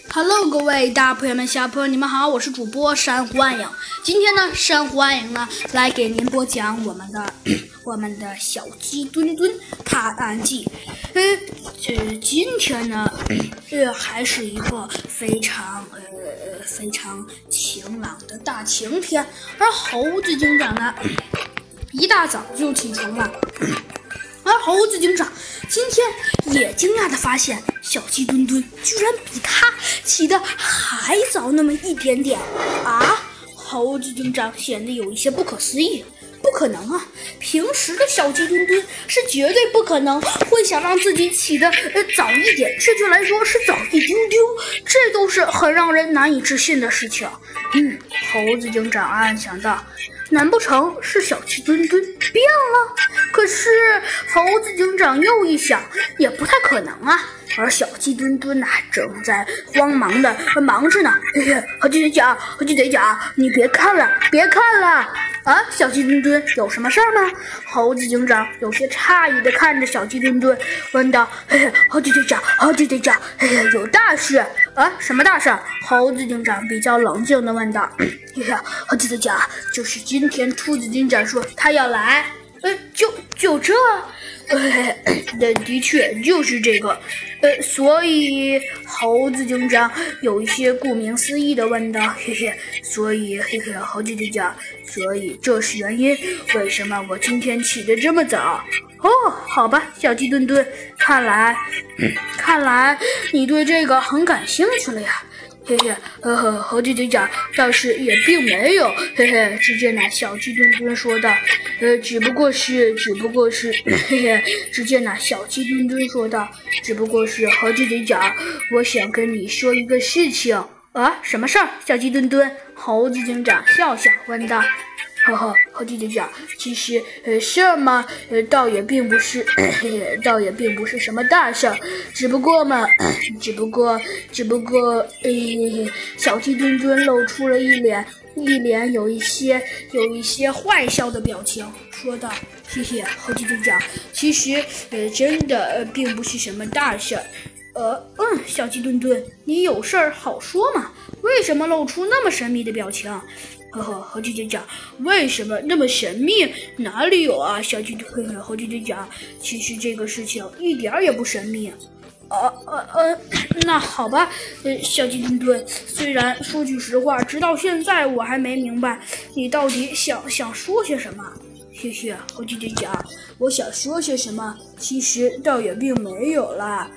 Hello， 各位大朋友们、小朋友，你们好，我是主播珊瑚暗影。今天呢，珊瑚暗影呢来给您播讲我们的小鸡墩墩探案记。今天呢，还是一个非常晴朗的大晴天，而猴子警长呢，一大早就起床了。而猴子警长今天也惊讶地发现，小鸡墩墩居然比他起得还早那么一点点啊！猴子警长显得有一些不可思议。不可能啊！平时的小鸡墩墩是绝对不可能会想让自己起得早一点，确切来说是早一丢丢，这都是很让人难以置信的事情。猴子警长暗暗想到，难不成是小鸡墩墩变了？可是猴子警长又一想，也不太可能啊。而小鸡墩墩正在慌忙的忙着呢。猴子警长，你别看了啊！小鸡墩墩有什么事儿吗？猴子警长有些诧异的看着小鸡墩墩，问道：猴子警长，有大事啊？什么大事？猴子警长比较冷静的问道：猴子警长，就是今天兔子警长说他要来。就这？的确就是这个。所以猴子警长有一些顾名思义的问道：所以猴子警长，所以这是原因，为什么我今天起得这么早？哦，好吧，小鸡墩墩，看来你对这个很感兴趣了呀。猴子警长倒是也并没有，只见那小鸡墩墩说道，只不过是，只见那小鸡墩墩说道，只不过是猴子警长，我想跟你说一个事情啊，什么事儿？小鸡墩墩，猴子警长笑笑问道。猴子警长，其实事嘛，倒也并不是什么大事儿，只不过，小鸡墩墩露出了一脸有一些坏笑的表情，说道：猴子警长，其实真的并不是什么大事儿。小鸡墩墩，你有事儿好说嘛？为什么露出那么神秘的表情？猴子警长，为什么那么神秘？哪里有啊？猴子警长，其实这个事情一点也不神秘。那好吧，小鸡墩墩，虽然说句实话，直到现在我还没明白你到底想说些什么。猴子警长，我想说些什么，其实倒也并没有啦。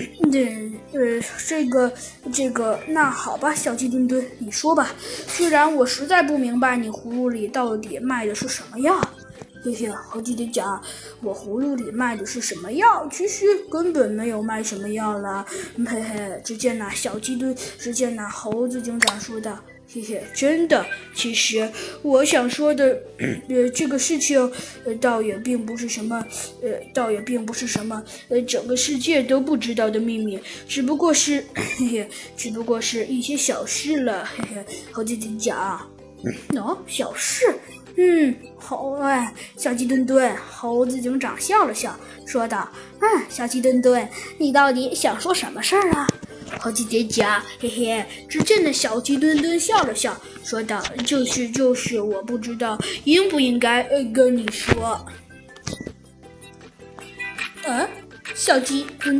这个，那好吧，小鸡墩墩，你说吧。虽然我实在不明白你葫芦里到底卖的是什么药。猴子警长，我葫芦里卖的是什么药？其实根本没有卖什么药啦。只见那猴子警长说道。真的，其实我想说的，这个事情，倒也并不是什么，整个世界都不知道的秘密，只不过是一些小事了。猴子警长，小事。好哎，小鸡墩墩，猴子警长笑了笑，说道：小鸡墩墩，你到底想说什么事儿啊？猴子警长，只见那小鸡墩墩笑了笑，说道：就是我不知道应不应该跟你说。小鸡墩墩